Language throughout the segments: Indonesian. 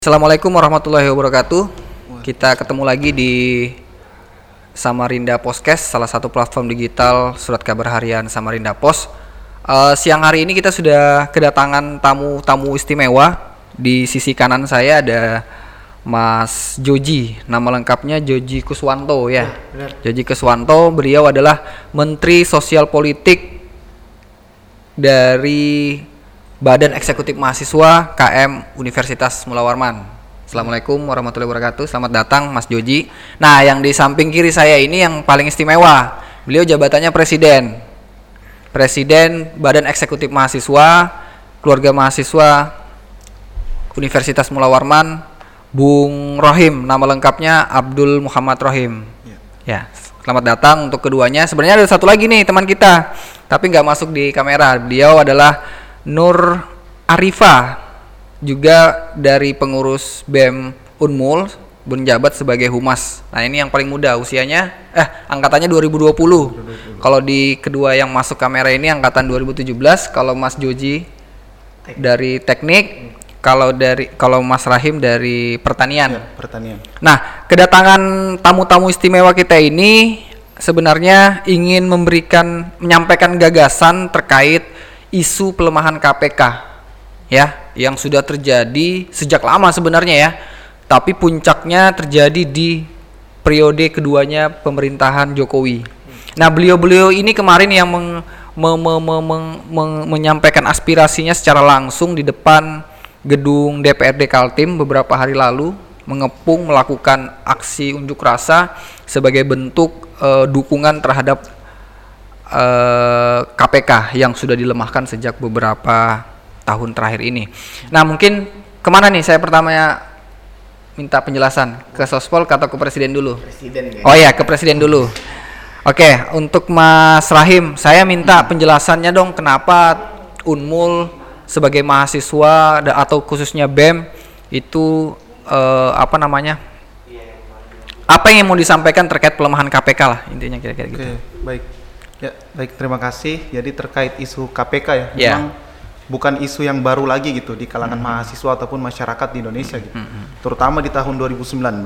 Assalamualaikum warahmatullahi wabarakatuh. Kita ketemu lagi di Samarinda Podcast, salah satu platform digital surat kabar harian Samarinda Post. Siang hari ini kita sudah kedatangan tamu istimewa. Di sisi kanan saya ada Mas Joji, nama lengkapnya Joji Kuswanto ya. Joji Kuswanto, beliau adalah Menteri Sosial Politik dari Badan Eksekutif Mahasiswa KM Universitas Mula Warman. Assalamualaikum warahmatullahi wabarakatuh. Selamat datang Mas Joji. Nah, yang di samping kiri saya ini yang paling istimewa. Beliau jabatannya Presiden Badan Eksekutif Mahasiswa, Keluarga Mahasiswa Universitas Mula Warman, Bung Rohim. Nama lengkapnya Abdul Muhammad Rohim. Ya, selamat datang untuk keduanya. Sebenarnya ada satu lagi nih teman kita, tapi nggak masuk di kamera. Beliau adalah Nur Arifa, juga dari pengurus BEM Unmul, menjabat sebagai humas. Nah, ini yang paling muda usianya, angkatannya 2020. Kalau di kedua yang masuk kamera ini angkatan 2017. Kalau Mas Joji dari teknik, kalau Mas Rahim dari pertanian. Ya, pertanian. Nah, kedatangan tamu-tamu istimewa kita ini sebenarnya ingin menyampaikan gagasan terkait isu pelemahan KPK ya, yang sudah terjadi sejak lama sebenarnya ya, tapi puncaknya terjadi di periode keduanya pemerintahan Jokowi. Nah, beliau ini kemarin yang menyampaikan aspirasinya secara langsung di depan gedung DPRD Kaltim beberapa hari lalu, melakukan aksi unjuk rasa sebagai bentuk dukungan terhadap KPK yang sudah dilemahkan sejak beberapa tahun terakhir ini. Nah, mungkin kemana nih saya pertamanya minta penjelasan, ke Sospol atau ke Presiden dulu? Presiden. Oh ya, ke Presiden dulu. Oke, untuk Mas Rahim, saya minta penjelasannya dong, kenapa Unmul sebagai mahasiswa atau khususnya BEM itu apa yang mau disampaikan terkait pelemahan KPK lah intinya kira-kira gitu. Baik. Ya, baik, terima kasih. Jadi terkait isu KPK ya, memang bukan isu yang baru lagi gitu di kalangan mahasiswa ataupun masyarakat di Indonesia gitu. Terutama di tahun 2019.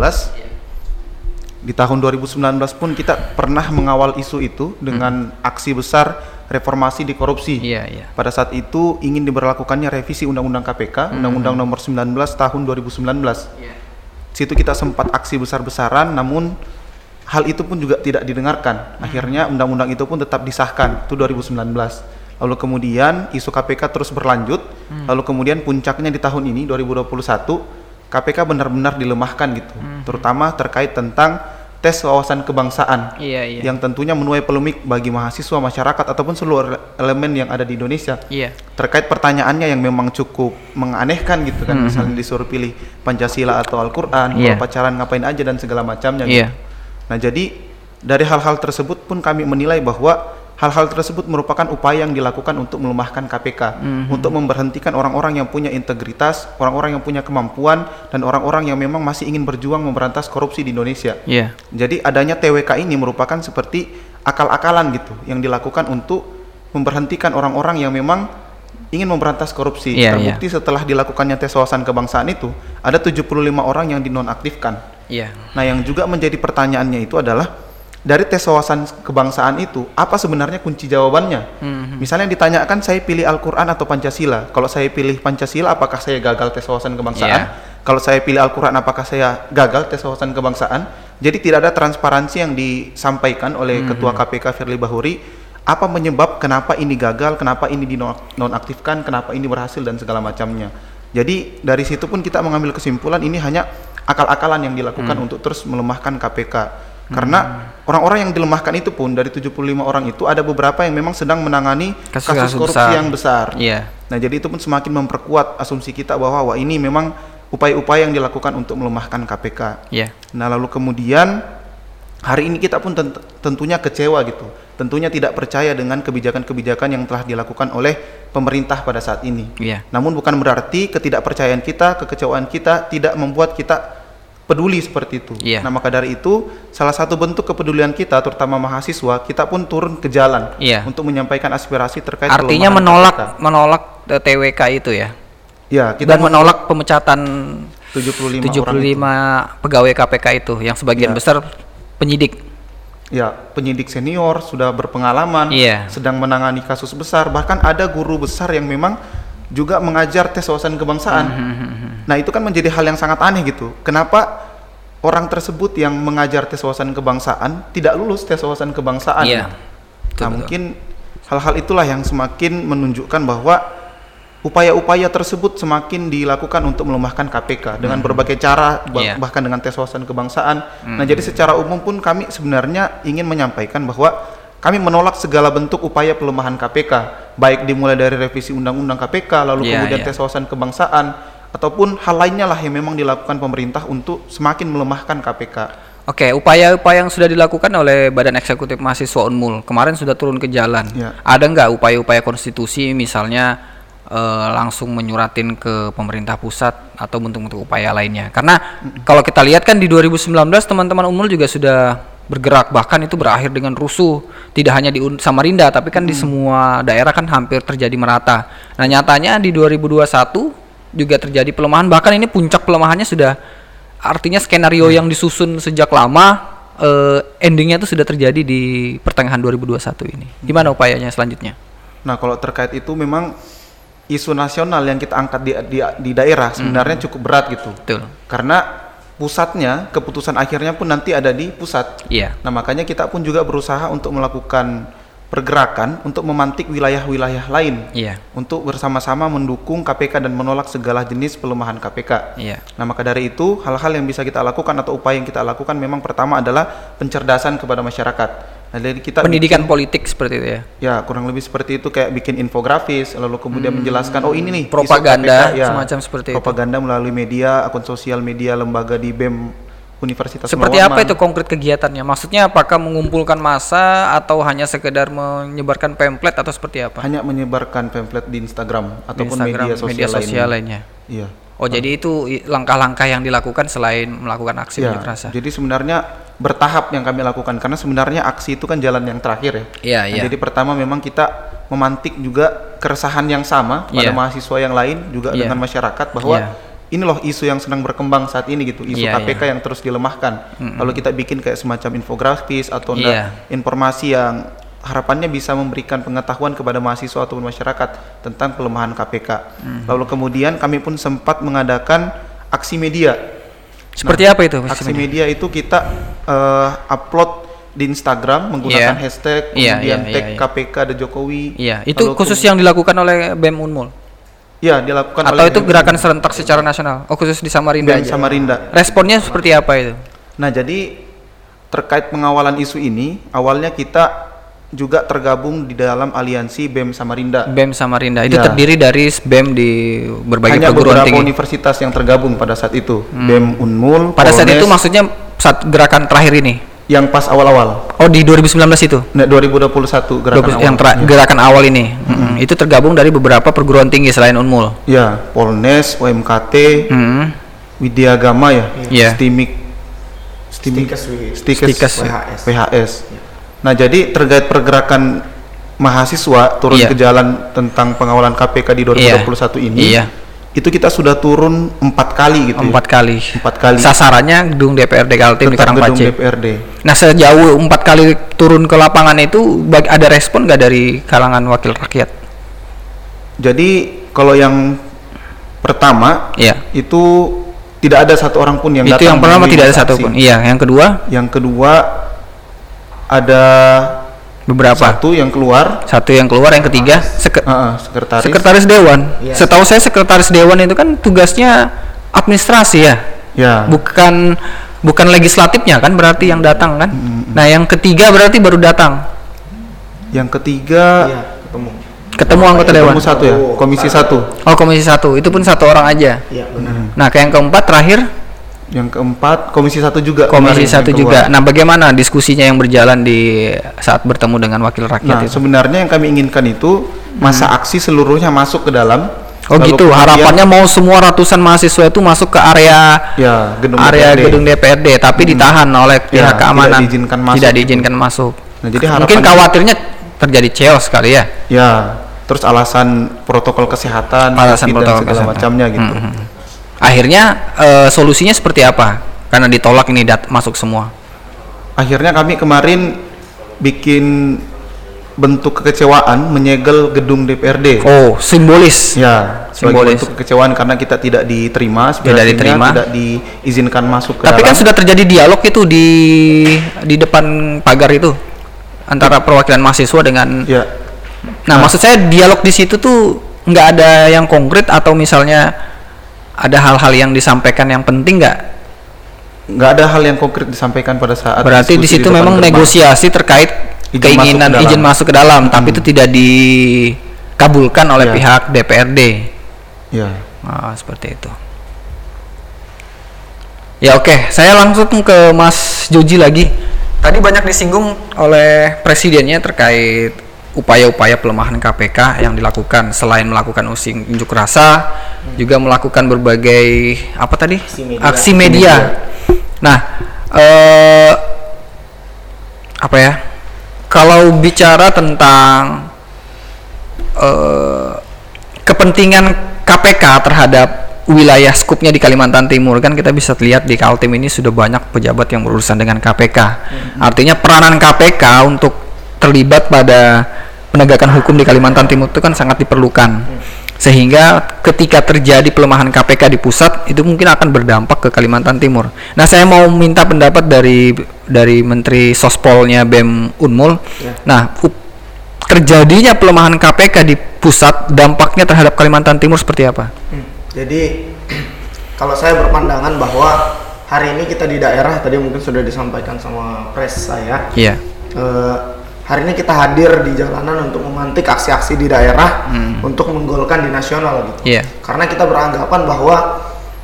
Di tahun 2019 pun kita pernah mengawal isu itu dengan aksi besar reformasi di korupsi. Pada saat itu ingin diberlakukannya revisi Undang-Undang KPK, Undang-Undang Nomor 19 tahun 2019. Situ kita sempat aksi besar-besaran, namun hal itu pun juga tidak didengarkan. Akhirnya undang-undang itu pun tetap disahkan, itu 2019. Lalu kemudian isu KPK terus berlanjut. Lalu kemudian puncaknya di tahun ini 2021, KPK benar-benar dilemahkan gitu. Terutama terkait tentang tes wawasan kebangsaan. Yang tentunya menuai polemik bagi mahasiswa, masyarakat ataupun seluruh elemen yang ada di Indonesia. Terkait pertanyaannya yang memang cukup menganehkan gitu kan. Misalnya disuruh pilih Pancasila atau Al-Qur'an, kalau pacaran ngapain aja dan segala macamnya gitu. Nah, jadi dari hal-hal tersebut pun kami menilai bahwa hal-hal tersebut merupakan upaya yang dilakukan untuk melemahkan KPK, untuk memberhentikan orang-orang yang punya integritas, orang-orang yang punya kemampuan, dan orang-orang yang memang masih ingin berjuang memberantas korupsi di Indonesia. Jadi adanya TWK ini merupakan seperti akal-akalan gitu yang dilakukan untuk memberhentikan orang-orang yang memang ingin memberantas korupsi. Terbukti setelah dilakukannya tes wawasan kebangsaan itu, ada 75 orang yang dinonaktifkan. Nah, yang juga menjadi pertanyaannya itu adalah dari tes wawasan kebangsaan itu apa sebenarnya kunci jawabannya? Misalnya ditanyakan saya pilih Al-Qur'an atau Pancasila. Kalau saya pilih Pancasila, apakah saya gagal tes wawasan kebangsaan? Kalau saya pilih Al-Qur'an, apakah saya gagal tes wawasan kebangsaan? Jadi tidak ada transparansi yang disampaikan oleh Ketua KPK Firly Bahuri. Apa penyebab kenapa ini gagal, kenapa ini dinonaktifkan, kenapa ini berhasil dan segala macamnya. Jadi dari situ pun kita mengambil kesimpulan ini hanya akal-akalan yang dilakukan untuk terus melemahkan KPK. Karena orang-orang yang dilemahkan itu pun dari 75 orang itu ada beberapa yang memang sedang menangani kasus korupsi yang besar. Nah, jadi itu pun semakin memperkuat asumsi kita bahwa ini memang upaya-upaya yang dilakukan untuk melemahkan KPK. Nah, lalu kemudian hari ini kita pun tentunya kecewa gitu. Tentunya tidak percaya dengan kebijakan-kebijakan yang telah dilakukan oleh pemerintah pada saat ini. Namun bukan berarti ketidakpercayaan kita, kekecewaan kita tidak membuat kita peduli seperti itu. Nah, maka dari itu salah satu bentuk kepedulian kita, terutama mahasiswa, kita pun turun ke jalan untuk menyampaikan aspirasi terkait. Artinya menolak TWK itu ya. Ya, kita dan menolak pemecatan 75 pegawai KPK itu yang sebagian besar penyidik. Ya, penyidik senior sudah berpengalaman, sedang menangani kasus besar, bahkan ada guru besar yang memang juga mengajar tes wawasan kebangsaan. Nah, itu kan menjadi hal yang sangat aneh gitu. Kenapa orang tersebut yang mengajar tes wawasan kebangsaan tidak lulus tes wawasan kebangsaan? Nah, mungkin hal-hal itulah yang semakin menunjukkan bahwa upaya-upaya tersebut semakin dilakukan untuk melemahkan KPK dengan berbagai cara, bahkan dengan tes wawasan kebangsaan. Nah, jadi secara umum pun kami sebenarnya ingin menyampaikan bahwa kami menolak segala bentuk upaya pelemahan KPK, baik dimulai dari revisi Undang-Undang KPK, lalu kemudian tes wawasan kebangsaan, ataupun hal lainnya lah yang memang dilakukan pemerintah untuk semakin melemahkan KPK. Oke, upaya-upaya yang sudah dilakukan oleh Badan Eksekutif Mahasiswa Unmul kemarin sudah turun ke jalan. Ada nggak upaya-upaya konstitusi misalnya langsung menyuratin ke pemerintah pusat atau bentuk-bentuk upaya lainnya? Karena kalau kita lihat kan di 2019 teman-teman Unmul juga sudah bergerak, bahkan itu berakhir dengan rusuh, tidak hanya di Samarinda tapi kan di semua daerah kan hampir terjadi merata. Nah, nyatanya di 2021 juga terjadi pelemahan, bahkan ini puncak pelemahannya sudah, artinya skenario yang disusun sejak lama endingnya itu sudah terjadi di pertengahan 2021 ini. Gimana upayanya selanjutnya? Nah, kalau terkait itu memang isu nasional yang kita angkat di daerah sebenarnya cukup berat gitu. Betul. Karena pusatnya, keputusan akhirnya pun nanti ada di pusat. Nah, makanya kita pun juga berusaha untuk melakukan pergerakan untuk memantik wilayah-wilayah lain untuk bersama-sama mendukung KPK dan menolak segala jenis pelemahan KPK. Nah, maka dari itu hal-hal yang bisa kita lakukan atau upaya yang kita lakukan memang pertama adalah pencerdasan kepada masyarakat. Nah, jadi kita pendidikan politik seperti itu ya kurang lebih seperti itu, kayak bikin infografis lalu kemudian menjelaskan ini nih propaganda KPK, semacam seperti propaganda melalui media, akun sosial media lembaga di BEM Universitas seperti apa itu konkret kegiatannya? Maksudnya apakah mengumpulkan massa atau hanya sekedar menyebarkan pamflet atau seperti apa? Hanya menyebarkan pamflet di Instagram ataupun media sosial lainnya. Oh, jadi itu langkah-langkah yang dilakukan selain melakukan aksi unjuk rasa. Jadi sebenarnya bertahap yang kami lakukan, karena sebenarnya aksi itu kan jalan yang terakhir ya. Jadi pertama memang kita memantik juga keresahan yang sama pada mahasiswa yang lain juga dengan masyarakat bahwa ini loh isu yang sedang berkembang saat ini gitu, isu KPK yang terus dilemahkan. Lalu kita bikin kayak semacam infografis atau informasi yang harapannya bisa memberikan pengetahuan kepada mahasiswa ataupun masyarakat tentang pelemahan KPK. Lalu kemudian kami pun sempat mengadakan aksi media. Seperti apa itu? Aksi media itu kita upload di Instagram menggunakan hashtag, kemudian tag KPK ada Jokowi. Itu khusus yang dilakukan oleh BEM Unmul? Dilakukan atau oleh itu gerakan serentak secara nasional? Oh, khusus di Samarinda aja? Samarinda. Responnya seperti apa itu? Nah, jadi terkait pengawalan isu ini, awalnya kita juga tergabung di dalam aliansi BEM Samarinda. BEM Samarinda itu terdiri dari BEM di berbagai hanya perguruan tinggi. Universitas yang tergabung pada saat itu. BEM Unmul. Pada saat itu maksudnya saat gerakan terakhir ini? Yang pas awal-awal. Oh, di 2019 itu? Nah, 2021 gerakan awal. Yang gerakan awal ini. Itu tergabung dari beberapa perguruan tinggi selain Unmul. Polnes, UMKT, Widya Agama Stikes, PHS. Nah, jadi terkait pergerakan mahasiswa turun ke jalan tentang pengawalan KPK di 2021 ini, itu kita sudah turun 4 kali gitu. 4 kali. Sasarannya gedung DPRD Kaltim di Karangpace. Gedung DPRD. Nah, sejauh 4 kali turun ke lapangan itu ada respon nggak dari kalangan wakil rakyat? Jadi kalau yang pertama itu tidak ada satu orang pun yang datang. Itu yang pertama tidak ada satu pun. Yang kedua? Yang kedua ada beberapa. Satu yang keluar, yang ketiga sekretaris dewan. Setahu saya sekretaris dewan itu kan tugasnya administrasi bukan legislatifnya kan, berarti yang datang kan. Nah, yang ketiga berarti baru datang. Yang ketiga ketemu anggota dewan. Komisi 1. Oh, komisi 1 itu pun 1 orang aja. Benar. Nah, yang keempat terakhir. Yang keempat komisi 1 juga. Komisi 1 juga. Nah, bagaimana diskusinya yang berjalan di saat bertemu dengan wakil rakyat? Nah, sebenarnya yang kami inginkan itu masa aksi seluruhnya masuk ke dalam. Oh gitu, harapannya mau semua ratusan mahasiswa itu masuk ke area gedung DPRD, tapi ditahan oleh pihak keamanan, tidak diizinkan masuk. Nah, jadi mungkin khawatirnya terjadi chaos kali ya. Terus alasan protokol kesehatan, alasan protokol segala macamnya gitu. Akhirnya solusinya seperti apa? Karena ditolak ini masuk semua. Akhirnya kami kemarin bikin bentuk kekecewaan menyegel gedung DPRD. Oh, simbolis. Ya, sebagai bentuk kekecewaan karena kita tidak diterima, tidak diizinkan masuk ke Tapi dalam. Kan sudah terjadi dialog itu di depan pagar itu antara perwakilan mahasiswa dengan. Ya. Nah, maksud saya dialog di situ tuh nggak ada yang konkret atau misalnya ada hal-hal yang disampaikan yang penting nggak? Nggak ada hal yang konkret disampaikan pada saat. Berarti di situ memang negosiasi terkait keinginan izin masuk ke dalam, tapi itu tidak dikabulkan oleh pihak DPRD. Ya. Seperti itu. Ya oke, saya langsung ke Mas Joji lagi. Tadi banyak disinggung oleh presidennya terkait upaya-upaya pelemahan KPK yang dilakukan selain melakukan unjuk rasa, juga melakukan berbagai aksi media. Nah, apa ya? Kalau bicara tentang kepentingan KPK terhadap wilayah skupnya di Kalimantan Timur, kan kita bisa lihat di Kaltim ini sudah banyak pejabat yang berurusan dengan KPK. Artinya peranan KPK untuk terlibat pada penegakan hukum di Kalimantan Timur itu kan sangat diperlukan. Sehingga ketika terjadi pelemahan KPK di pusat, itu mungkin akan berdampak ke Kalimantan Timur. Nah, saya mau minta pendapat dari Menteri Sospolnya BEM Unmul. Nah, terjadinya pelemahan KPK di pusat, dampaknya terhadap Kalimantan Timur seperti apa? Jadi, kalau saya berpandangan bahwa hari ini kita di daerah, tadi mungkin sudah disampaikan sama pres saya. Iya. Hari ini kita hadir di jalanan untuk memantik aksi-aksi di daerah untuk menggolkan di nasional gitu. Yeah. Karena kita beranggapan bahwa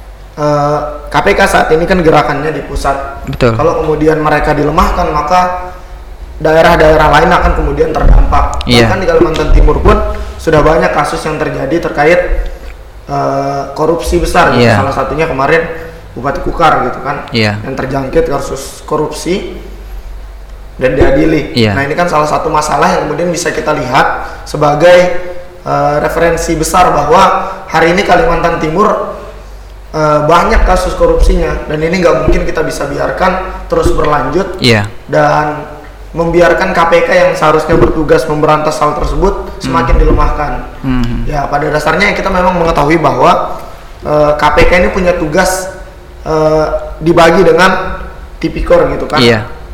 KPK saat ini kan gerakannya di pusat. Betul. Kalau kemudian mereka dilemahkan, maka daerah-daerah lain akan kemudian terdampak. Yeah. Bahkan di Kalimantan Timur pun sudah banyak kasus yang terjadi terkait korupsi besar. Gitu. Salah satunya kemarin Bupati Kukar gitu kan, yang terjangkit kasus korupsi dan diadili. Nah, ini kan salah satu masalah yang kemudian bisa kita lihat sebagai referensi besar bahwa hari ini Kalimantan Timur banyak kasus korupsinya, dan ini nggak mungkin kita bisa biarkan terus berlanjut dan membiarkan KPK yang seharusnya bertugas memberantas hal tersebut semakin dilemahkan. Ya, pada dasarnya kita memang mengetahui bahwa KPK ini punya tugas dibagi dengan tipikor gitu kan.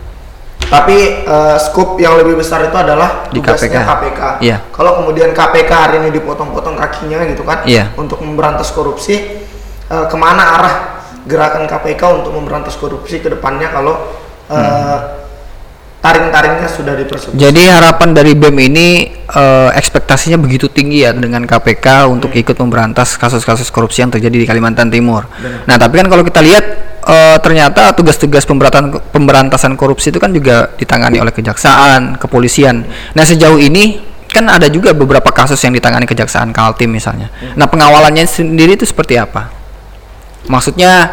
Tapi skup yang lebih besar itu adalah tugasnya KPK. Kalau kemudian KPK hari ini dipotong-potong kakinya gitu kan, untuk memberantas korupsi, kemana arah gerakan KPK untuk memberantas korupsi ke depannya kalau taring-taringnya sudah dipersebut. Jadi harapan dari BEM ini ekspektasinya begitu tinggi ya dengan KPK untuk ikut memberantas kasus-kasus korupsi yang terjadi di Kalimantan Timur. Nah, tapi kan kalau kita lihat ternyata tugas-tugas pemberantasan korupsi itu kan juga ditangani oleh kejaksaan, kepolisian. Nah, sejauh ini kan ada juga beberapa kasus yang ditangani kejaksaan Kaltim misalnya. Nah, pengawalannya sendiri itu seperti apa? Maksudnya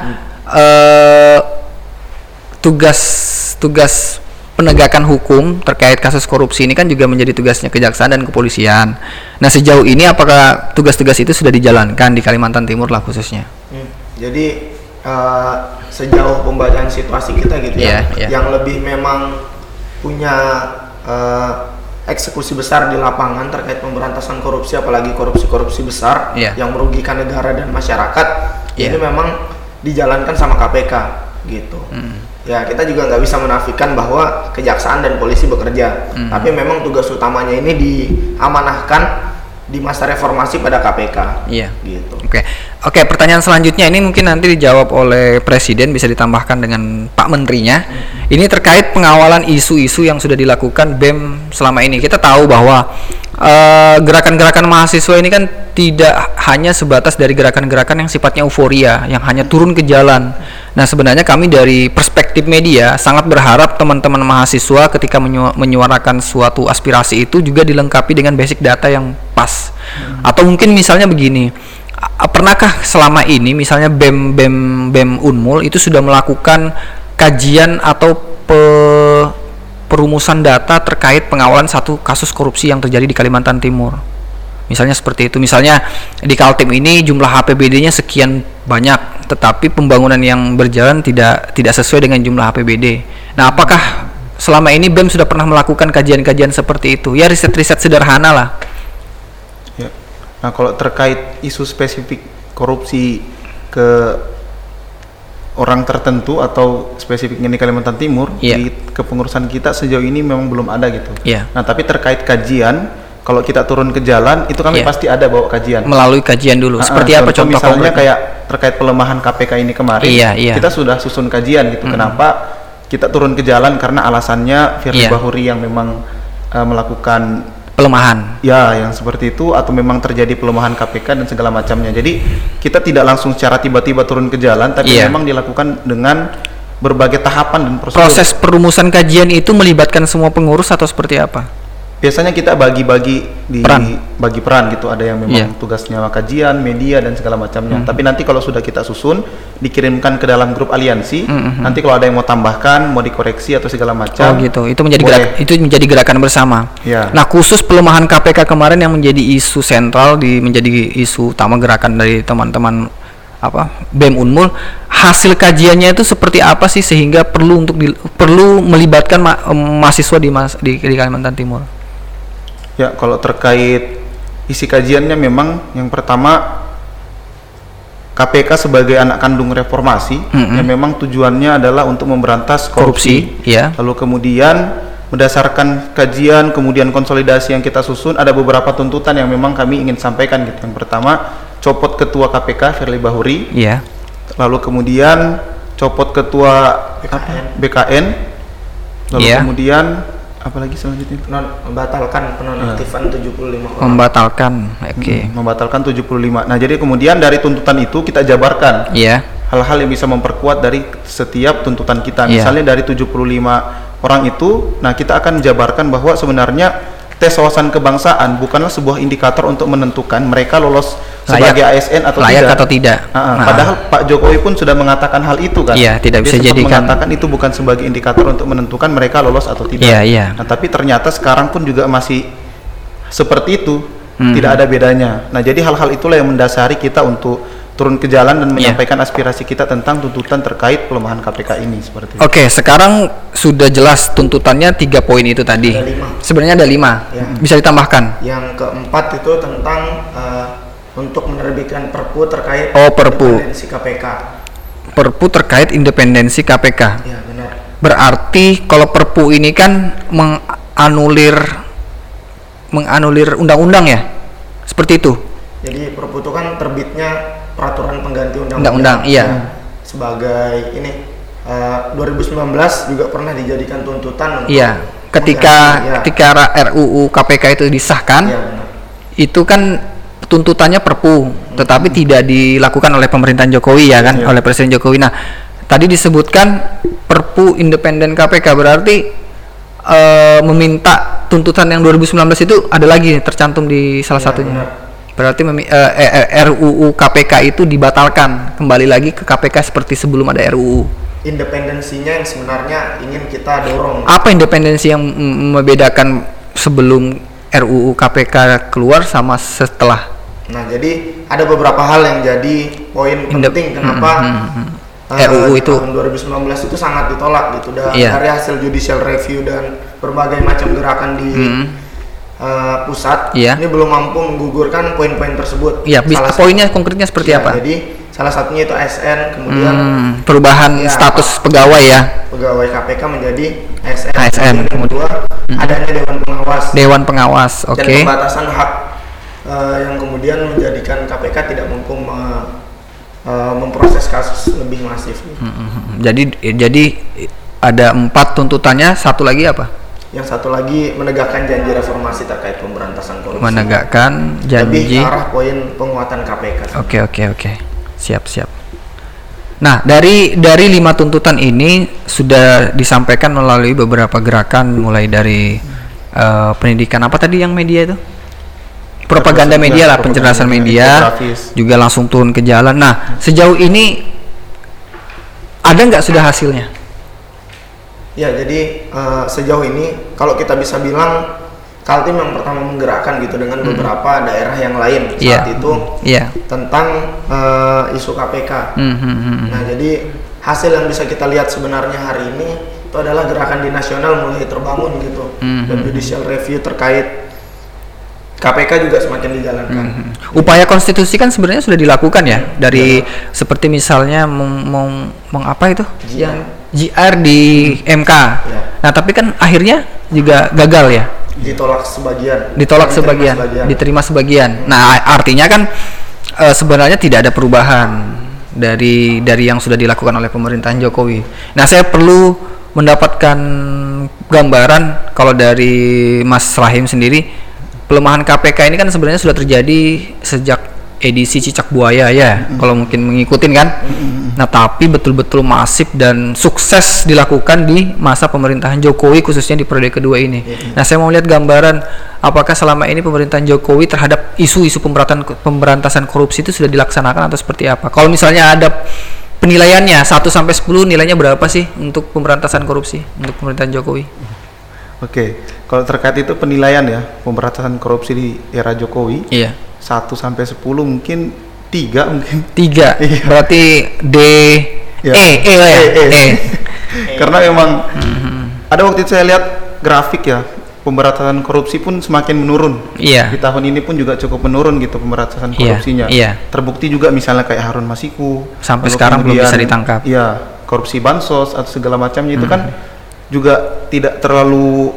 tugas penegakan hukum terkait kasus korupsi ini kan juga menjadi tugasnya kejaksaan dan kepolisian. Nah, sejauh ini apakah tugas-tugas itu sudah dijalankan di Kalimantan Timur lah khususnya? Jadi sejauh pembacaan situasi kita gitu yang lebih memang punya eksekusi besar di lapangan terkait pemberantasan korupsi, apalagi korupsi besar yang merugikan negara dan masyarakat, ini memang dijalankan sama KPK gitu. Ya, kita juga nggak bisa menafikan bahwa kejaksaan dan polisi bekerja, tapi memang tugas utamanya ini diamanahkan di masa reformasi pada KPK. Gitu. Oke, pertanyaan selanjutnya ini mungkin nanti dijawab oleh Presiden, bisa ditambahkan dengan Pak Menterinya. Ini terkait pengawalan isu-isu yang sudah dilakukan BEM selama ini. Kita tahu bahwa gerakan-gerakan mahasiswa ini kan tidak hanya sebatas dari gerakan-gerakan yang sifatnya euforia, yang hanya turun ke jalan. Nah, sebenarnya kami dari perspektif media sangat berharap teman-teman mahasiswa ketika menyuarakan suatu aspirasi itu juga dilengkapi dengan basic data yang pas. Atau mungkin misalnya begini, pernahkah selama ini misalnya BEM Unmul itu sudah melakukan kajian atau perumusan data terkait pengawalan satu kasus korupsi yang terjadi di Kalimantan Timur? Misalnya seperti itu. Misalnya di Kaltim ini jumlah APBD-nya sekian banyak, tetapi pembangunan yang berjalan tidak sesuai dengan jumlah APBD. Nah, apakah selama ini BEM sudah pernah melakukan kajian-kajian seperti itu? Ya, riset-riset sederhana lah. Ya. Nah, kalau terkait isu spesifik korupsi ke orang tertentu atau spesifiknya di Kalimantan Timur, di kepengurusan kita sejauh ini memang belum ada gitu. Nah, tapi terkait kajian, kalau kita turun ke jalan itu kami pasti ada bawa kajian. Melalui kajian dulu. Seperti apa contoh misalnya kayak terkait pelemahan KPK ini kemarin, kita sudah susun kajian gitu. Kenapa kita turun ke jalan? Karena alasannya Firly Bahuri yang memang melakukan pelemahan. Ya, yang seperti itu, atau memang terjadi pelemahan KPK dan segala macamnya. Jadi kita tidak langsung secara tiba-tiba turun ke jalan, tapi memang dilakukan dengan berbagai tahapan dan prosedur. Proses perumusan kajian itu melibatkan semua pengurus atau seperti apa? Biasanya kita bagi peran gitu. Ada yang memang tugasnya kajian, media dan segala macamnya. Tapi nanti kalau sudah kita susun, dikirimkan ke dalam grup aliansi. Nanti kalau ada yang mau tambahkan, mau dikoreksi atau segala macam. Oh gitu. Itu menjadi gerakan bersama. Ya. Nah, khusus pelemahan KPK kemarin yang menjadi isu sentral, menjadi isu utama gerakan dari teman-teman BEM Unmul, hasil kajiannya itu seperti apa sih sehingga perlu melibatkan mahasiswa di Kalimantan Timur? Ya, kalau terkait isi kajiannya memang yang pertama KPK sebagai anak kandung reformasi yang memang tujuannya adalah untuk memberantas korupsi. Lalu kemudian berdasarkan kajian kemudian konsolidasi yang kita susun, ada beberapa tuntutan yang memang kami ingin sampaikan gitu. Yang pertama, copot ketua KPK Firly Bahuri. Lalu kemudian copot ketua BKN. Lalu kemudian apalagi selanjutnya? Membatalkan penonaktifan 75 orang. Membatalkan 75. Nah, jadi kemudian dari tuntutan itu kita jabarkan hal-hal yang bisa memperkuat dari setiap tuntutan kita. Misalnya dari 75 orang itu, nah kita akan jabarkan bahwa sebenarnya tes wawasan kebangsaan bukanlah sebuah indikator untuk menentukan mereka lolos sebagai ASN atau tidak. Padahal Pak Jokowi pun sudah mengatakan hal itu kan. Tidak bisa jadikan, mengatakan itu bukan sebagai indikator untuk menentukan mereka lolos atau tidak. Nah, tapi ternyata sekarang pun juga masih seperti itu, tidak ada bedanya. Nah, jadi hal-hal itulah yang mendasari kita untuk turun ke jalan dan menyampaikan aspirasi kita tentang tuntutan terkait pelemahan KPK ini seperti itu. Oke, sekarang sudah jelas tuntutannya 3 poin itu tadi. Sebenarnya ada 5. Bisa ditambahkan. Yang keempat itu tentang untuk menerbitkan Perpu terkait independensi KPK. Perpu terkait independensi KPK. Ya, benar. Berarti kalau Perpu ini kan menganulir undang-undang ya? Seperti itu. Jadi Perpu itu kan terbitnya peraturan pengganti undang-undang. Sebagai ini 2019 juga pernah dijadikan tuntutan untuk ketika RUU KPK itu disahkan. Itu kan tuntutannya Perpu, tetapi tidak dilakukan oleh pemerintahan Jokowi oleh Presiden Jokowi. Nah, tadi disebutkan Perpu independen KPK, berarti meminta tuntutan yang 2019 itu ada lagi tercantum di salah satunya. Benar. Berarti RUU KPK itu dibatalkan, kembali lagi ke KPK seperti sebelum ada RUU. Independensinya yang sebenarnya ingin kita dorong. Apa independensi yang membedakan sebelum RUU KPK keluar sama setelah? Nah, jadi ada beberapa hal yang jadi poin penting kenapa RUU itu tahun 2019 itu sangat ditolak gitu dari hasil judicial review dan berbagai macam gerakan di pusat ini belum mampu menggugurkan poin-poin tersebut. Poinnya konkretnya seperti apa? Jadi salah satunya itu ASN, kemudian perubahan status pegawai pegawai KPK menjadi ASN. Kemudian adanya Dewan Pengawas. Dan pembatasan hak yang kemudian menjadikan KPK tidak mampu memproses kasus lebih masif. Jadi ada 4 tuntutannya, satu lagi apa? Yang satu lagi menegakkan janji reformasi terkait pemberantasan korupsi. Menegakkan janji. Lebih ke arah poin penguatan KPK. Oke. Siap. Nah, dari 5 tuntutan ini sudah disampaikan melalui beberapa gerakan, mulai dari pendidikan apa tadi yang media itu? Propaganda media lah, pencerdasan media, juga langsung turun ke jalan. Nah, sejauh ini ada nggak sudah hasilnya? Ya, jadi sejauh ini kalau kita bisa bilang Kaltim yang pertama menggerakkan gitu dengan beberapa daerah yang lain saat itu tentang isu KPK. Nah, jadi hasil yang bisa kita lihat sebenarnya hari ini itu adalah gerakan di nasional mulai terbangun gitu, dan judicial review terkait KPK juga semakin dijalankan. Upaya konstitusi kan sebenarnya sudah dilakukan ya dari seperti misalnya apa itu JR di MK. Nah, tapi kan akhirnya juga gagal ya. Ditolak sebagian, diterima sebagian. Nah, artinya kan sebenarnya tidak ada perubahan dari yang sudah dilakukan oleh pemerintahan Jokowi. Nah, saya perlu mendapatkan gambaran kalau dari Mas Rahim sendiri, pelemahan KPK ini kan sebenarnya sudah terjadi sejak edisi Cicak Buaya ya, kalau mungkin mengikutin kan. Nah, tapi betul-betul masif dan sukses dilakukan di masa pemerintahan Jokowi, khususnya di periode kedua ini. Nah, saya mau lihat gambaran apakah selama ini pemerintahan Jokowi terhadap isu-isu pemberantasan korupsi itu sudah dilaksanakan atau seperti apa. Kalau misalnya ada penilaiannya 1 sampai 10, nilainya berapa sih untuk pemberantasan korupsi untuk pemerintahan Jokowi? Oke, kalau terkait itu penilaian ya pemberantasan korupsi di era Jokowi, 1 sampai 10 mungkin 3 mungkin. 3. Iya. Berarti D ya. E. Karena memang ada waktu itu saya lihat grafik ya, pemberantasan korupsi pun semakin menurun. Di tahun ini pun juga cukup menurun gitu pemberantasan korupsinya. Terbukti juga misalnya kayak Harun Masiku sampai sekarang belum bisa ditangkap. Iya, korupsi bansos atau segala macamnya itu kan juga tidak terlalu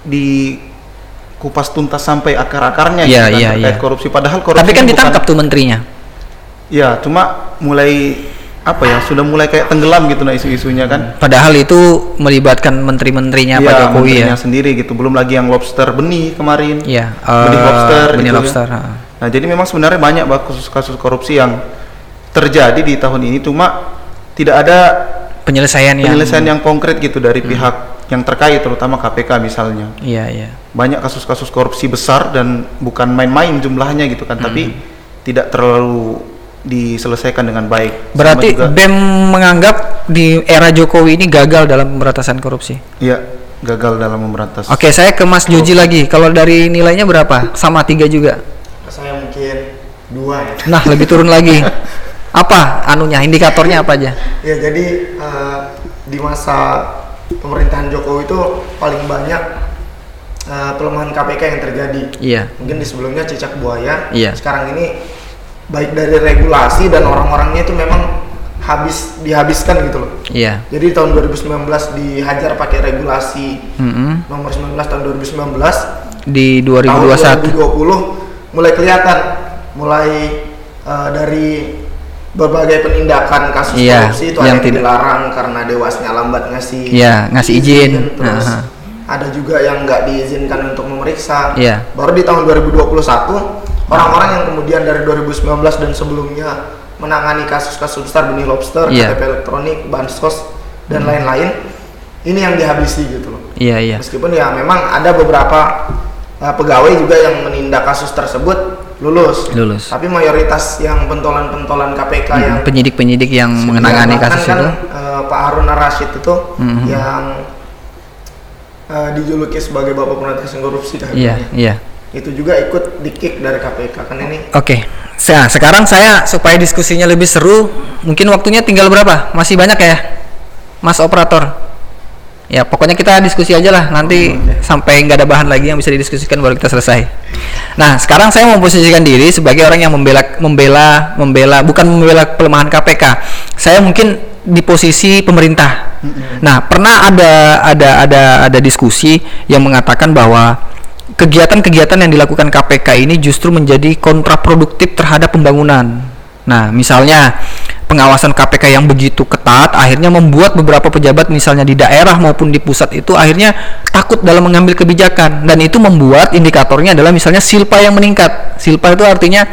dikupas tuntas sampai akar-akarnya terkait korupsi. Padahal korupsi tapi kan ditangkap tuh menterinya. Ya, cuma mulai sudah mulai kayak tenggelam gitu isu-isunya kan. Padahal itu melibatkan menteri-menterinya Pak Jokowi menterinya sendiri gitu. Belum lagi yang lobster benih kemarin. Benih lobster. Nah, jadi memang sebenarnya banyak kasus korupsi yang terjadi di tahun ini, cuma tidak ada penyelesaian yang konkret gitu dari pihak yang terkait, terutama KPK misalnya. Banyak kasus-kasus korupsi besar dan bukan main-main jumlahnya gitu kan, tapi tidak terlalu diselesaikan dengan baik. Berarti BEM menganggap di era Jokowi ini gagal dalam pemberantasan korupsi? Iya, gagal dalam memberantas. Oke, saya ke Mas Joji lagi. Kalau dari nilainya berapa? Sama 3 juga? Saya mungkin 2. Nah, lebih turun lagi. Apa indikatornya apa aja? Ya, jadi di masa pemerintahan Jokowi itu paling banyak pelemahan KPK yang terjadi. Mungkin di sebelumnya Cicak Buaya. Sekarang ini baik dari regulasi dan orang-orangnya itu memang dihabiskan gitu loh. Jadi tahun 2019 dihajar pakai regulasi nomor 19 tahun 2019. Di 2021 tahun 2020 mulai kelihatan dari berbagai penindakan kasus korupsi itu ada yang dilarang karena Dewasnya lambat ngasih izin. Terus ada juga yang nggak diizinkan untuk memeriksa. Baru di tahun 2021 orang-orang yang kemudian dari 2019 dan sebelumnya menangani kasus-kasus besar benih lobster, KTP elektronik, bansos dan lain-lain, ini yang dihabisi gitu loh. Meskipun ya memang ada beberapa pegawai juga yang menindak kasus tersebut lulus. Tapi mayoritas yang pentolan-pentolan KPK yang penyidik-penyidik yang menangani kasus itu Pak Harun Ar-Rasyid itu yang dijuluki sebagai Bapak Pemberantasan Korupsi. Itu juga ikut di-kick dari KPK kan ini. Oke. Sekarang saya supaya diskusinya lebih seru, mungkin waktunya tinggal berapa? Masih banyak ya, Mas Operator? Ya, pokoknya kita diskusi aja lah, nanti sampai nggak ada bahan lagi yang bisa didiskusikan baru kita selesai. Nah, sekarang saya memposisikan diri sebagai orang yang bukan membela pelemahan KPK. Saya mungkin di posisi pemerintah. Nah, pernah ada diskusi yang mengatakan bahwa kegiatan-kegiatan yang dilakukan KPK ini justru menjadi kontraproduktif terhadap pembangunan. Nah, misalnya pengawasan KPK yang begitu ketat akhirnya membuat beberapa pejabat misalnya di daerah maupun di pusat itu akhirnya takut dalam mengambil kebijakan, dan itu membuat indikatornya adalah misalnya silpa yang meningkat. Silpa itu artinya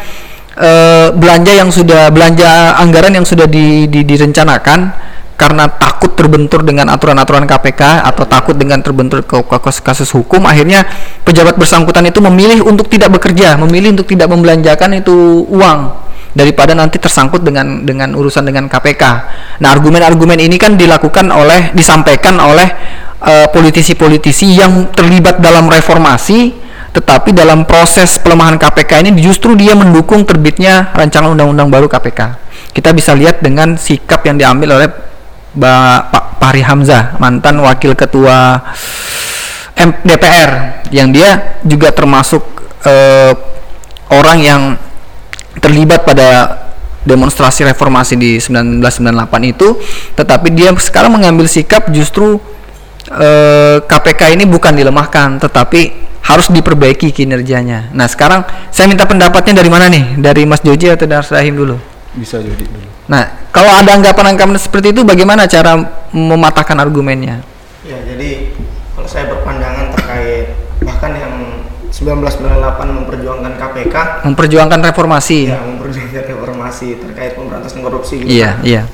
belanja anggaran yang sudah direncanakan karena takut terbentur dengan aturan-aturan KPK atau takut dengan terbentur ke kasus hukum, akhirnya pejabat bersangkutan itu memilih untuk tidak bekerja, memilih untuk tidak membelanjakan itu uang daripada nanti tersangkut dengan urusan dengan KPK. Nah, argumen-argumen ini kan disampaikan oleh politisi-politisi yang terlibat dalam reformasi tetapi dalam proses pelemahan KPK ini justru dia mendukung terbitnya rancangan undang-undang baru KPK. Kita bisa lihat dengan sikap yang diambil oleh Pak Fahri Hamzah, mantan wakil ketua DPR, yang dia juga termasuk orang yang terlibat pada demonstrasi reformasi di 1998 itu, tetapi dia sekarang mengambil sikap justru KPK ini bukan dilemahkan, tetapi harus diperbaiki kinerjanya. Nah, sekarang saya minta pendapatnya dari mana nih? Dari Mas Joji atau dari Rahim dulu? Bisa Joji dulu. Nah, kalau ada anggapan-anggapan seperti itu, bagaimana cara mematahkan argumennya? Ya, jadi kalau saya berpandangan terkait bahkan yang 1998 memperjuangkan KPK, memperjuangkan reformasi. Ya, memperjuangkan reformasi terkait pemberantasan korupsi. Gitu iya, kan. iya.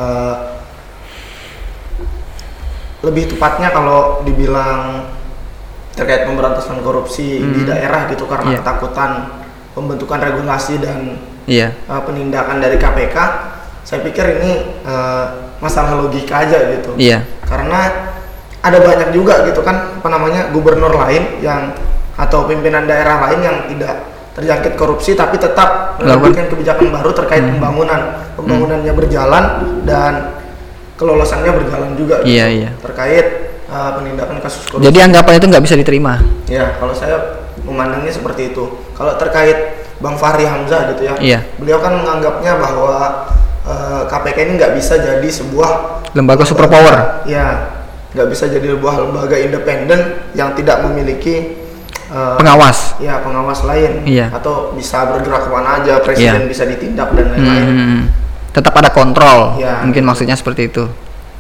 Lebih tepatnya kalau dibilang terkait pemberantasan korupsi di daerah gitu, karena ketakutan pembentukan regulasi dan penindakan dari KPK, saya pikir ini masalah logika aja gitu. Iya. Karena ada banyak juga gitu kan gubernur lain yang atau pimpinan daerah lain yang tidak terjangkit korupsi tapi tetap menerbitkan kebijakan baru terkait pembangunannya berjalan dan kelolosannya berjalan juga gitu, terkait penindakan kasus korupsi. Jadi anggapan itu nggak bisa diterima? Ya, kalau saya memandangnya seperti itu. Kalau terkait Bang Fahri Hamzah gitu ya, beliau kan menganggapnya bahwa KPK ini nggak bisa jadi sebuah lembaga superpower. Ya, nggak bisa jadi sebuah lembaga independen yang tidak memiliki pengawas. Ya, pengawas lain. Atau bisa bergerak kemana aja, presiden bisa ditindak dan lain-lain. Tetap ada kontrol. Mungkin maksudnya seperti itu.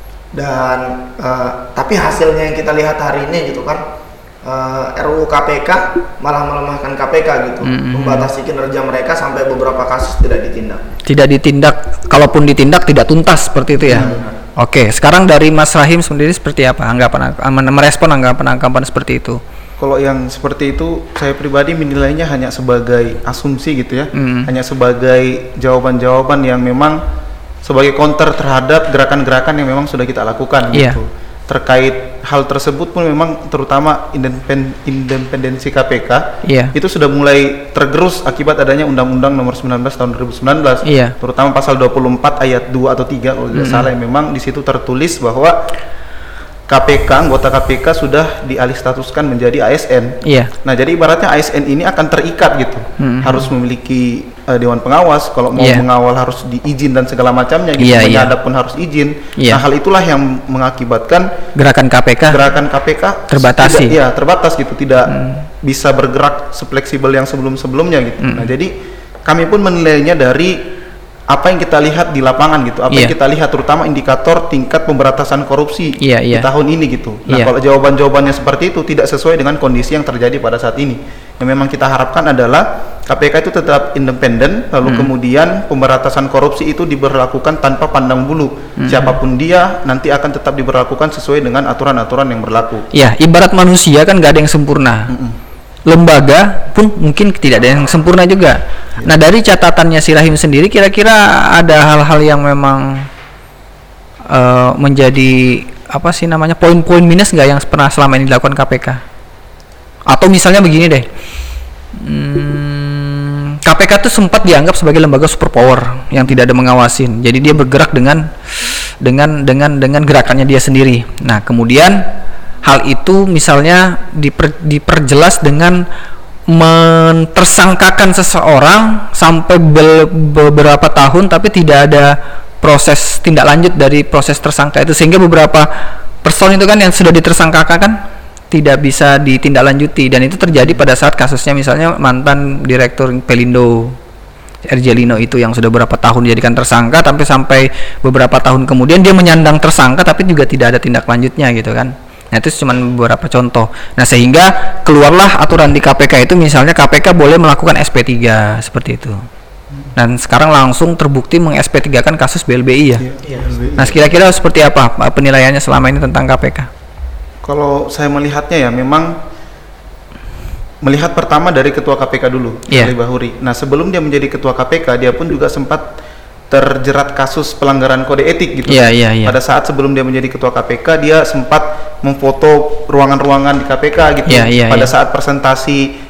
Dan tapi hasilnya yang kita lihat hari ini gitu kan, RUU KPK malah melemahkan KPK gitu, membatasi kinerja mereka sampai beberapa kasus tidak ditindak. Kalaupun ditindak tidak tuntas seperti itu ya. Oke, sekarang dari Mas Rahim sendiri seperti apa merespon anggapan seperti itu? Kalau yang seperti itu, saya pribadi menilainya hanya sebagai asumsi gitu ya, hanya sebagai jawaban-jawaban yang memang sebagai counter terhadap gerakan-gerakan yang memang sudah kita lakukan gitu. Terkait hal tersebut pun memang terutama independensi KPK itu sudah mulai tergerus akibat adanya Undang-Undang Nomor 19 Tahun 2019, terutama pasal 24 ayat 2 atau 3 kalau tidak salah, yang memang di situ tertulis bahwa anggota KPK sudah dialih statuskan menjadi ASN. Nah, jadi ibaratnya ASN ini akan terikat gitu, harus memiliki dewan pengawas. Kalau mau mengawal harus diizin dan segala macamnya gitu. Menyadap pun harus izin. Nah, hal itulah yang mengakibatkan gerakan KPK terbatas gitu, tidak bisa bergerak sefleksibel yang sebelumnya gitu. Nah, jadi kami pun menilainya dari apa yang kita lihat di lapangan gitu, apa yang kita lihat terutama indikator tingkat pemberantasan korupsi di tahun ini gitu. Nah, kalau jawaban-jawabannya seperti itu tidak sesuai dengan kondisi yang terjadi pada saat ini. Yang memang kita harapkan adalah KPK itu tetap independen, lalu kemudian pemberantasan korupsi itu diberlakukan tanpa pandang bulu. Siapapun dia nanti akan tetap diberlakukan sesuai dengan aturan-aturan yang berlaku. Ya, ibarat manusia kan nggak ada yang sempurna. Lembaga pun mungkin tidak ada yang sempurna juga. Nah, dari catatannya si Rahim sendiri, kira-kira ada hal-hal yang memang menjadi poin-poin minus nggak yang pernah selama ini dilakukan KPK? Atau misalnya begini deh, KPK itu sempat dianggap sebagai lembaga superpower yang tidak ada mengawasin. Jadi dia bergerak dengan gerakannya dia sendiri. Nah, kemudian hal itu misalnya diperjelas dengan mentersangkakan seseorang sampai beberapa tahun tapi tidak ada proses tindak lanjut dari proses tersangka itu, sehingga beberapa person itu kan yang sudah ditersangkakan kan tidak bisa ditindaklanjuti, dan itu terjadi pada saat kasusnya misalnya mantan direktur Pelindo Erjelino itu yang sudah beberapa tahun dijadikan tersangka, tapi sampai beberapa tahun kemudian dia menyandang tersangka tapi juga tidak ada tindak lanjutnya gitu kan. Nah, itu cuma beberapa contoh. Nah, sehingga keluarlah aturan di KPK itu, misalnya KPK boleh melakukan SP3 seperti itu. Dan sekarang langsung terbukti meng-SP3-kan kasus BLBI ya. Nah, kira-kira seperti apa penilaiannya selama ini tentang KPK? Kalau saya melihatnya ya, memang melihat pertama dari ketua KPK dulu, Ali Bahuri. Nah, sebelum dia menjadi ketua KPK, dia pun juga sempat terjerat kasus pelanggaran kode etik gitu. Pada saat sebelum dia menjadi ketua KPK, dia sempat memfoto ruangan-ruangan di KPK gitu. Pada saat presentasi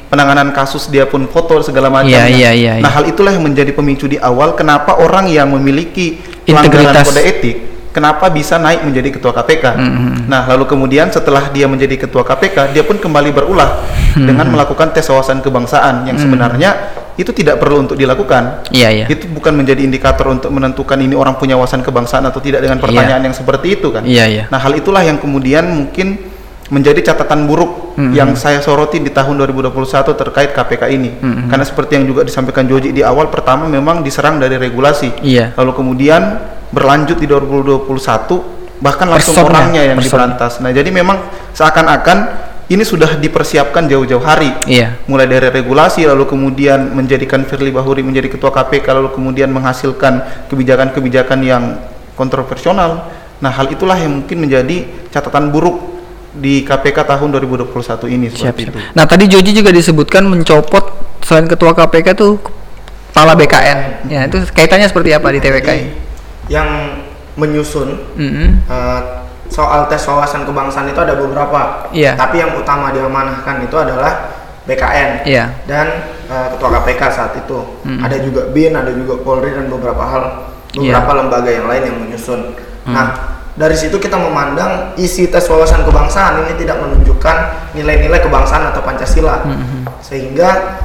penanganan kasus dia pun foto segala macam. Nah, hal itulah yang menjadi pemicu di awal kenapa orang yang memiliki pelanggaran kode etik kenapa bisa naik menjadi ketua KPK. Nah, lalu kemudian setelah dia menjadi ketua KPK, dia pun kembali berulah dengan melakukan tes wawasan kebangsaan yang sebenarnya itu tidak perlu untuk dilakukan. Itu bukan menjadi indikator untuk menentukan ini orang punya wawasan kebangsaan atau tidak dengan pertanyaan yang seperti itu kan. Nah, hal itulah yang kemudian mungkin menjadi catatan buruk yang saya soroti di tahun 2021 terkait KPK ini. Karena seperti yang juga disampaikan Joji di awal, pertama memang diserang dari regulasi. Lalu kemudian berlanjut di 2021 bahkan langsung orangnya yang diberantas. Nah, jadi memang seakan-akan ini sudah dipersiapkan jauh-jauh hari. Mulai dari regulasi, lalu kemudian menjadikan Firly Bahuri menjadi ketua KPK, lalu kemudian menghasilkan kebijakan-kebijakan yang kontroversial. Nah, hal itulah yang mungkin menjadi catatan buruk di KPK tahun 2021 ini seperti itu. Nah, tadi Joji juga disebutkan mencopot selain ketua KPK tuh kepala BKN. Ya, itu kaitannya seperti apa di TWK ini? Yang menyusun soal tes wawasan kebangsaan itu ada beberapa. Tapi yang utama diamanahkan itu adalah BKN dan ketua KPK saat itu. Ada juga BIN, ada juga Polri dan beberapa lembaga yang lain yang menyusun. Nah, dari situ kita memandang isi tes wawasan kebangsaan ini tidak menunjukkan nilai-nilai kebangsaan atau Pancasila. Sehingga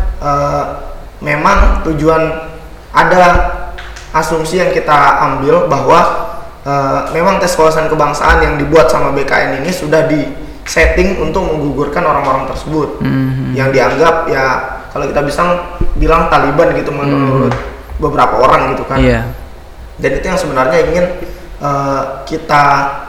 memang tujuan, ada asumsi yang kita ambil bahwa memang tes wawasan kebangsaan yang dibuat sama BKN ini sudah di-setting untuk menggugurkan orang-orang tersebut. Yang dianggap ya kalau kita bisa bilang Taliban gitu menurut beberapa orang gitu kan. Dan itu yang sebenarnya ingin kita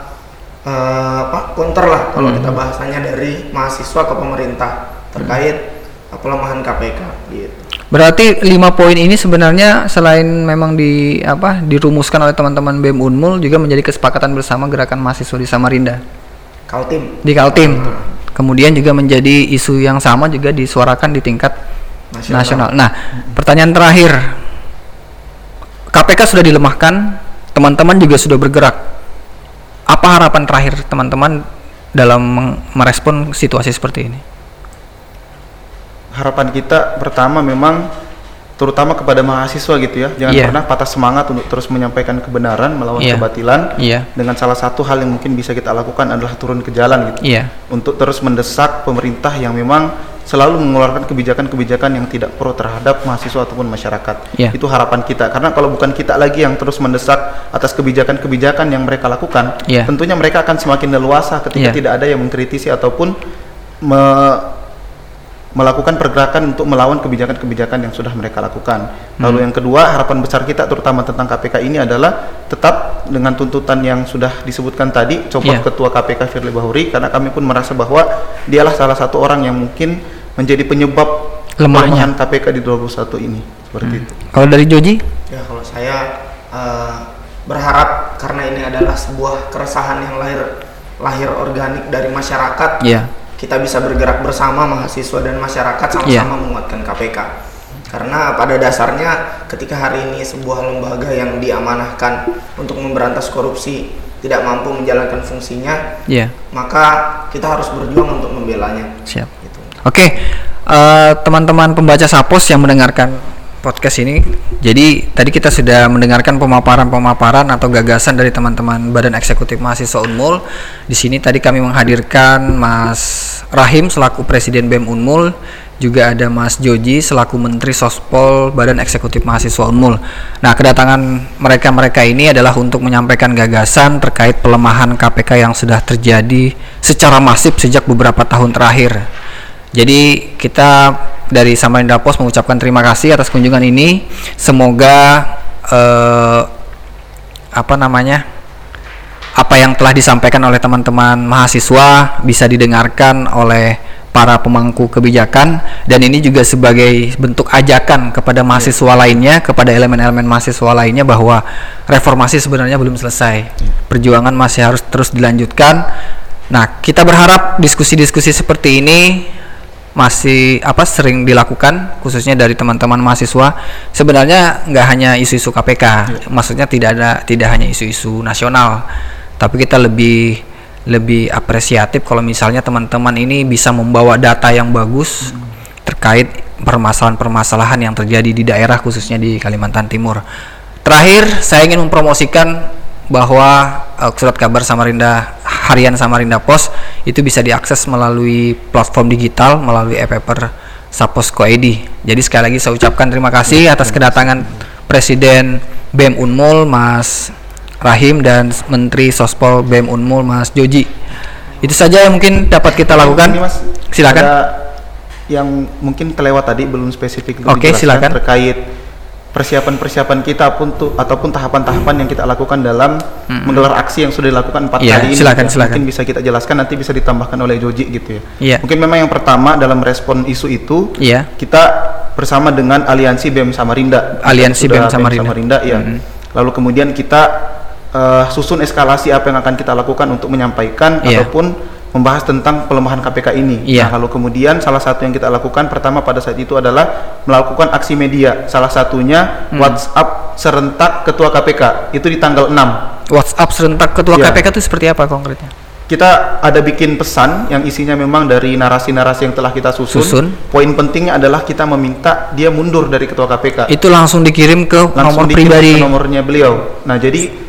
counter lah kalau kita bahasanya dari mahasiswa ke pemerintah terkait pelemahan KPK gitu. Berarti 5 poin ini sebenarnya selain memang dirumuskan oleh teman-teman BEM Unmul juga menjadi kesepakatan bersama gerakan mahasiswa di Samarinda. Kaltim. Kemudian juga menjadi isu yang sama juga disuarakan di tingkat nasional. Nah, pertanyaan terakhir. KPK sudah dilemahkan, teman-teman juga sudah bergerak. Apa harapan terakhir teman-teman dalam merespon situasi seperti ini? Harapan kita pertama memang terutama kepada mahasiswa gitu ya, jangan pernah patah semangat untuk terus menyampaikan kebenaran melawan kebatilan. Dengan salah satu hal yang mungkin bisa kita lakukan adalah turun ke jalan gitu, untuk terus mendesak pemerintah yang memang selalu mengeluarkan kebijakan-kebijakan yang tidak pro terhadap mahasiswa ataupun masyarakat. Itu harapan kita, karena kalau bukan kita lagi yang terus mendesak atas kebijakan-kebijakan yang mereka lakukan, tentunya mereka akan semakin leluasa ketika tidak ada yang mengkritisi ataupun melakukan pergerakan untuk melawan kebijakan-kebijakan yang sudah mereka lakukan. Lalu yang kedua, harapan besar kita terutama tentang KPK ini adalah tetap dengan tuntutan yang sudah disebutkan tadi, copot ketua KPK Firly Bahuri, karena kami pun merasa bahwa dialah salah satu orang yang mungkin menjadi penyebab lemahnya KPK di 2021 ini. Seperti itu. Kalau dari Joji? Ya, kalau saya berharap karena ini adalah sebuah keresahan yang lahir organik dari masyarakat. Kita bisa bergerak bersama mahasiswa dan masyarakat sama-sama menguatkan KPK. Karena pada dasarnya ketika hari ini sebuah lembaga yang diamanahkan untuk memberantas korupsi tidak mampu menjalankan fungsinya, maka kita harus berjuang untuk membelanya. Siap. Gitu. Oke, teman-teman pembaca Sapos yang mendengarkan podcast ini, jadi tadi kita sudah mendengarkan pemaparan atau gagasan dari teman-teman Badan Eksekutif Mahasiswa Unmul. Di sini tadi kami menghadirkan Mas Rahim selaku Presiden BEM Unmul, juga ada Mas Joji selaku Menteri Sospol Badan Eksekutif Mahasiswa Unmul. Nah, kedatangan mereka ini adalah untuk menyampaikan gagasan terkait pelemahan KPK yang sudah terjadi secara masif sejak beberapa tahun terakhir. Jadi kita dari Samarinda Pos mengucapkan terima kasih atas kunjungan ini. Semoga apa yang telah disampaikan oleh teman-teman mahasiswa bisa didengarkan oleh para pemangku kebijakan, dan ini juga sebagai bentuk ajakan kepada mahasiswa lainnya, kepada elemen-elemen mahasiswa lainnya bahwa reformasi sebenarnya belum selesai. Perjuangan masih harus terus dilanjutkan. Nah, kita berharap diskusi-diskusi seperti ini masih sering dilakukan, khususnya dari teman-teman mahasiswa. Sebenarnya nggak hanya isu-isu KPK, maksudnya tidak hanya isu-isu nasional, tapi kita lebih apresiatif kalau misalnya teman-teman ini bisa membawa data yang bagus terkait permasalahan-permasalahan yang terjadi di daerah khususnya di Kalimantan Timur. Terakhir, saya ingin mempromosikan bahwa surat kabar Samarinda harian Samarinda Pos itu bisa diakses melalui platform digital melalui e-paper Sapos.id. Jadi sekali lagi saya ucapkan terima kasih atas kedatangan Presiden BEM Unmul Mas Rahim dan Menteri Sospol BEM Unmul Mas Joji. Itu saja yang mungkin dapat kita lakukan. Ini, Mas, silakan. Ada yang mungkin kelewat tadi belum spesifik Oke, silakan. Terkait persiapan kita ataupun tahapan-tahapan yang kita lakukan dalam menggelar aksi yang sudah dilakukan 4 kali ini. Silakan. Mungkin bisa kita jelaskan, nanti bisa ditambahkan oleh Joji gitu ya. Yeah. Mungkin memang yang pertama dalam respon isu itu, kita bersama dengan Aliansi BEM Samarinda. Aliansi BEM Samarinda. Ya. Lalu kemudian kita susun eskalasi apa yang akan kita lakukan untuk menyampaikan ataupun membahas tentang pelemahan KPK ini. Nah, lalu kemudian salah satu yang kita lakukan pertama pada saat itu adalah melakukan aksi media. Salah satunya WhatsApp serentak Ketua KPK. Itu di tanggal 6. WhatsApp serentak Ketua KPK itu seperti apa konkretnya? Kita ada bikin pesan yang isinya memang dari narasi-narasi yang telah kita susun. Poin pentingnya adalah kita meminta dia mundur dari Ketua KPK. Itu langsung dikirim ke nomor pribadi, ke nomornya beliau. Nah, jadi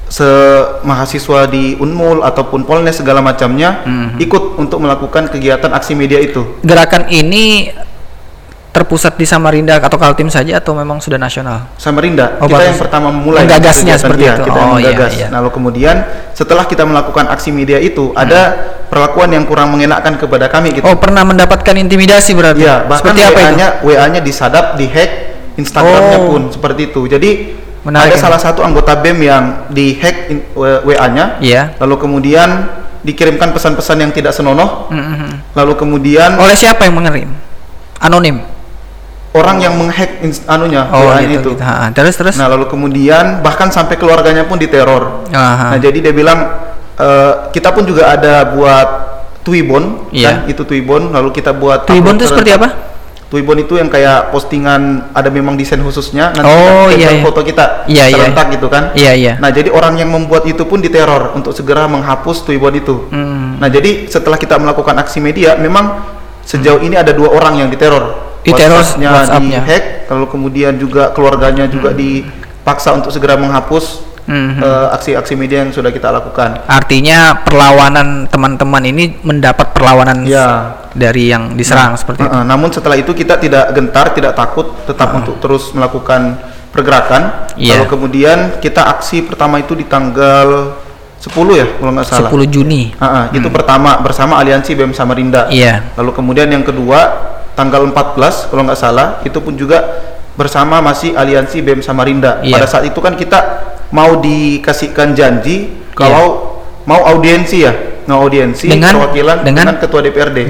mahasiswa di Unmul ataupun Polnes segala macamnya ikut untuk melakukan kegiatan aksi media itu. Gerakan ini terpusat di Samarinda atau Kaltim saja atau memang sudah nasional? Samarinda. Kita yang pertama memulai menggagasnya seperti itu. Kita menggagas. Nah, lalu kemudian setelah kita melakukan aksi media itu ada perlakuan yang kurang mengenakan kepada kami gitu. Oh, pernah mendapatkan intimidasi berarti? Ya, bahkan WA-nya disadap, dihack, Instagramnya pun seperti itu. Jadi ada salah satu anggota BEM yang dihack WA-nya, lalu kemudian dikirimkan pesan-pesan yang tidak senonoh, lalu kemudian oleh siapa yang mengirim? Anonim? Orang yang menghack WA-nya itu. Terus. Nah, lalu kemudian bahkan sampai keluarganya pun diteror. Nah, jadi dia bilang kita pun juga ada buat Twibbon, kan? Itu Twibbon, lalu kita buat Twibbon itu seperti apa? Twibbon itu yang kayak postingan ada memang desain khususnya, nanti foto kita serentak gitu kan. Nah, jadi orang yang membuat itu pun diteror untuk segera menghapus Twibbon itu. Nah, jadi setelah kita melakukan aksi media, memang sejauh ini ada 2 orang yang diteror. WhatsApp-nya dihack, lalu kemudian juga keluarganya juga dipaksa untuk segera menghapus aksi-aksi media yang sudah kita lakukan. Artinya perlawanan teman-teman ini mendapat perlawanan dari yang diserang seperti itu. Namun setelah itu kita tidak gentar, tidak takut, tetap untuk terus melakukan pergerakan. Lalu kemudian kita aksi pertama itu di tanggal 10 ya kalau nggak salah. 10 Juni. Itu pertama bersama Aliansi BEM Samarinda. Lalu kemudian yang kedua tanggal 14 kalau nggak salah, itu pun juga bersama masih Aliansi BEM Samarinda. Pada saat itu kan kita mau dikasihkan janji kalau mau audiensi dengan perwakilan dengan ketua DPRD.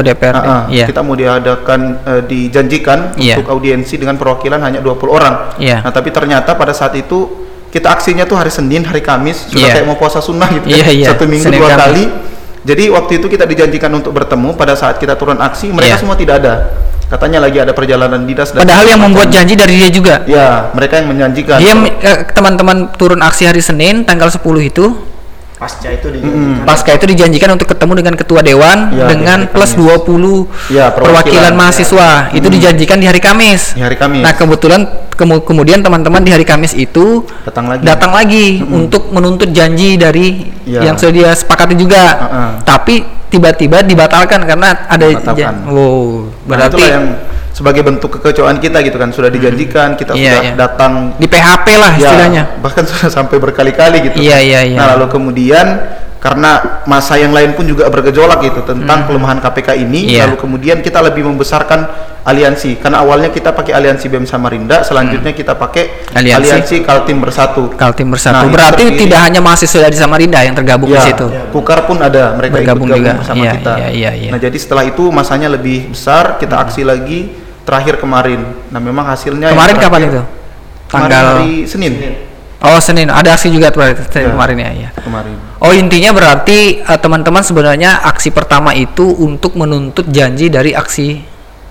Kita mau diadakan dijanjikan untuk audiensi dengan perwakilan hanya 20 orang. Nah, tapi ternyata pada saat itu kita aksinya tuh hari Senin, hari Kamis, sudah kayak mau puasa sunnah gitu satu minggu Senin 2 kali. Jadi waktu itu kita dijanjikan untuk bertemu. Pada saat kita turun aksi, mereka semua tidak ada. Katanya lagi ada perjalanan dinas. Padahal yang membuat janji dari dia juga. Ya, mereka yang menjanjikan. Dia teman-teman turun aksi hari Senin tanggal 10 itu. Pasca itu dijanjikan untuk ketemu dengan ketua dewan dengan plus 20 perwakilan mahasiswa. Itu dijanjikan di hari Kamis. Nah, kemudian teman-teman di hari Kamis itu datang lagi untuk menuntut janji dari yang sudah dia sepakati juga. Tapi tiba-tiba dibatalkan karena ada berarti yang sebagai bentuk kekecewaan kita gitu kan, sudah dijanjikan, kita sudah datang di PHP lah istilahnya, bahkan sudah sampai berkali-kali gitu. Nah, lalu kemudian karena masa yang lain pun juga bergejolak gitu tentang pelemahan KPK ini, lalu kemudian kita lebih membesarkan aliansi, karena awalnya kita pakai Aliansi BEM Samarinda, selanjutnya kita pakai Aliansi Kaltim Bersatu. Nah, berarti tidak hanya mahasiswa dari Samarinda yang tergabung di situ. Kukar pun ada, mereka ikut gabung bersama kita. Nah, jadi setelah itu masanya lebih besar, kita aksi lagi terakhir kemarin. Nah, memang hasilnya kemarin kapan itu? Tanggal hari Senin. Oh, Senin. Ada aksi juga kemarin ya. Kemarin. Oh, intinya berarti teman-teman sebenarnya aksi pertama itu untuk menuntut janji dari aksi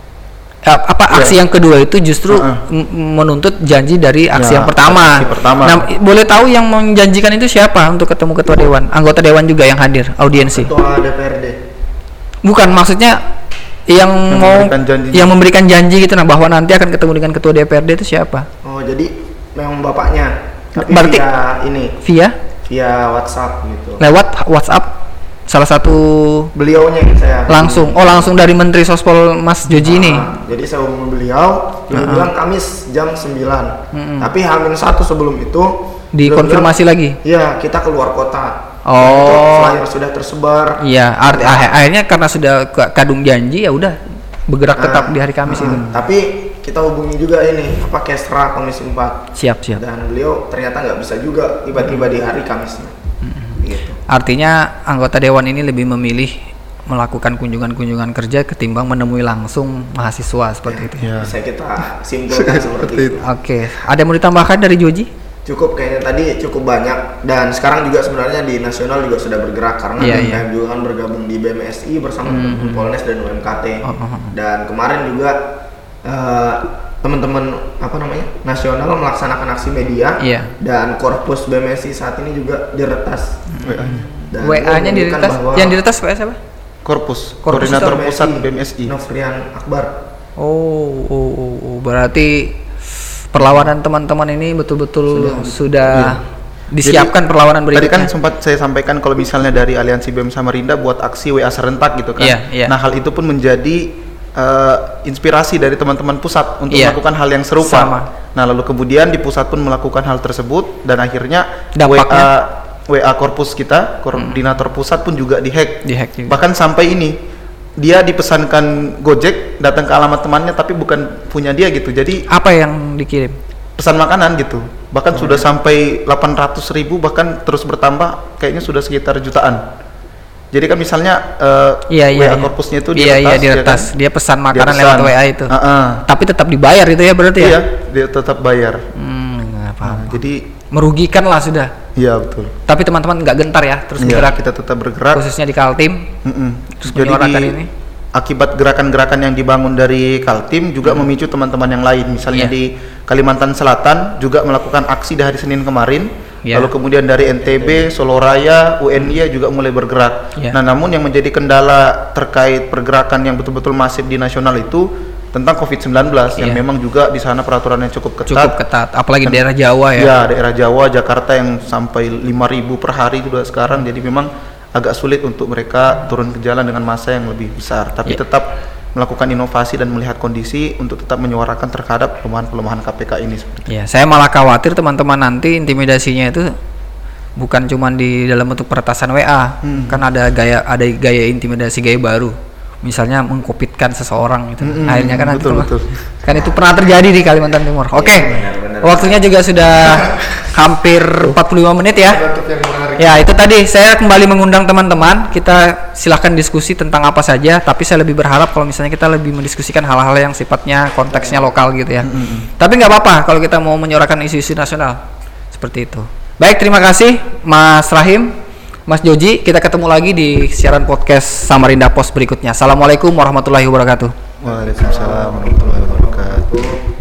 aksi yang kedua itu justru menuntut janji dari aksi yang pertama. Nah, boleh tahu yang menjanjikan itu siapa untuk ketemu ketua dewan? Anggota dewan juga yang hadir audiensi? Ketua DPRD. Bukan, maksudnya yang memberikan janji gitu, nah bahwa nanti akan ketemu dengan ketua DPRD itu siapa? Oh, jadi memang bapaknya. Tapi berarti via WhatsApp gitu. Lewat WhatsApp salah satu beliaunya yang saya langsung dari Menteri Sospol Mas Joji ini. Jadi saya hubungi beliau, dia bilang Kamis jam 9. Tapi H-1 sebelum itu dikonfirmasi lagi. Iya, kita keluar kota. Flyer sudah tersebar. Iya, akhirnya karena sudah kadung janji ya udah bergerak tetap di hari Kamis itu. Tapi kita hubungi juga ini Kesra Komisi 4. Siap. Dan beliau ternyata nggak bisa juga tiba-tiba di hari Kamisnya. Gitu. Artinya anggota dewan ini lebih memilih melakukan kunjungan kerja ketimbang menemui langsung mahasiswa seperti itu. Ya. Bisa kita simpulkan seperti itu. Oke, ada yang mau ditambahkan dari Joji? Cukup kayaknya tadi cukup banyak, dan sekarang juga sebenarnya di nasional juga sudah bergerak karena BMKM juga kan bergabung di BMSI bersama Polnes dan UMKT. Dan kemarin juga teman-teman nasional melaksanakan aksi media dan korpus BMSI saat ini juga diretas. WA-nya diretas. Yang diretas WA siapa? Korpus Koordinator Pusat BMSI Nofrian Akbar. Berarti perlawanan teman-teman ini betul-betul sudah disiapkan. Jadi, perlawanan berikutnya. Tadi kan sempat saya sampaikan kalau misalnya dari Aliansi BEM Samarinda buat aksi WA serentak gitu kan. Nah, hal itu pun menjadi inspirasi dari teman-teman pusat untuk melakukan hal yang serupa. Nah, lalu kemudian di pusat pun melakukan hal tersebut dan akhirnya WA korpus kita, koordinator pusat pun juga dihack. Bahkan sampai ini dia dipesankan Gojek datang ke alamat temannya tapi bukan punya dia gitu. Jadi apa yang dikirim? Pesan makanan gitu. Bahkan sudah sampai 800.000, bahkan terus bertambah, kayaknya sudah sekitar jutaan. Jadi kan misalnya WA korpusnya itu diretas. Dia pesan makanan lewat WA itu. Tapi tetap dibayar itu ya berarti ya? Iya, dia tetap bayar. Jadi merugikan lah sudah. Iya, betul. Tapi teman-teman nggak gentar ya, terus bergerak. Kita tetap bergerak. Khususnya di Kaltim. Terus jadi ini akibat gerakan-gerakan yang dibangun dari Kaltim juga memicu teman-teman yang lain. Misalnya di Kalimantan Selatan juga melakukan aksi di hari Senin kemarin. Lalu kemudian dari NTB, Solo Raya, UNY juga mulai bergerak. Nah, namun yang menjadi kendala terkait pergerakan yang betul-betul masif di nasional itu tentang COVID-19 yang memang juga di sana peraturannya cukup ketat. Apalagi daerah Jawa ya. Ya, daerah Jawa, Jakarta yang sampai 5.000 per hari juga sekarang. Jadi memang agak sulit untuk mereka turun ke jalan dengan massa yang lebih besar. Tapi tetap melakukan inovasi dan melihat kondisi untuk tetap menyuarakan terhadap pelemahan-pelemahan KPK ini seperti itu. Saya malah khawatir teman-teman nanti intimidasinya itu bukan cuma di dalam bentuk peretasan WA. Kan ada gaya intimidasi, gaya baru. Misalnya mengkopitkan seseorang gitu. Akhirnya kan kan itu pernah terjadi di Kalimantan Timur. Oke. Waktunya juga sudah hampir 45 menit ya. Ya, itu tadi saya kembali mengundang teman-teman. Kita silahkan diskusi tentang apa saja, tapi saya lebih berharap kalau misalnya kita lebih mendiskusikan hal-hal yang sifatnya konteksnya lokal gitu ya. Tapi nggak apa-apa kalau kita mau menyuarakan isu-isu nasional seperti itu. Baik, terima kasih Mas Rahim, Mas Joji. Kita ketemu lagi di siaran podcast Samarinda Post berikutnya. Assalamualaikum warahmatullahi wabarakatuh. Waalaikumsalam warahmatullahi wabarakatuh.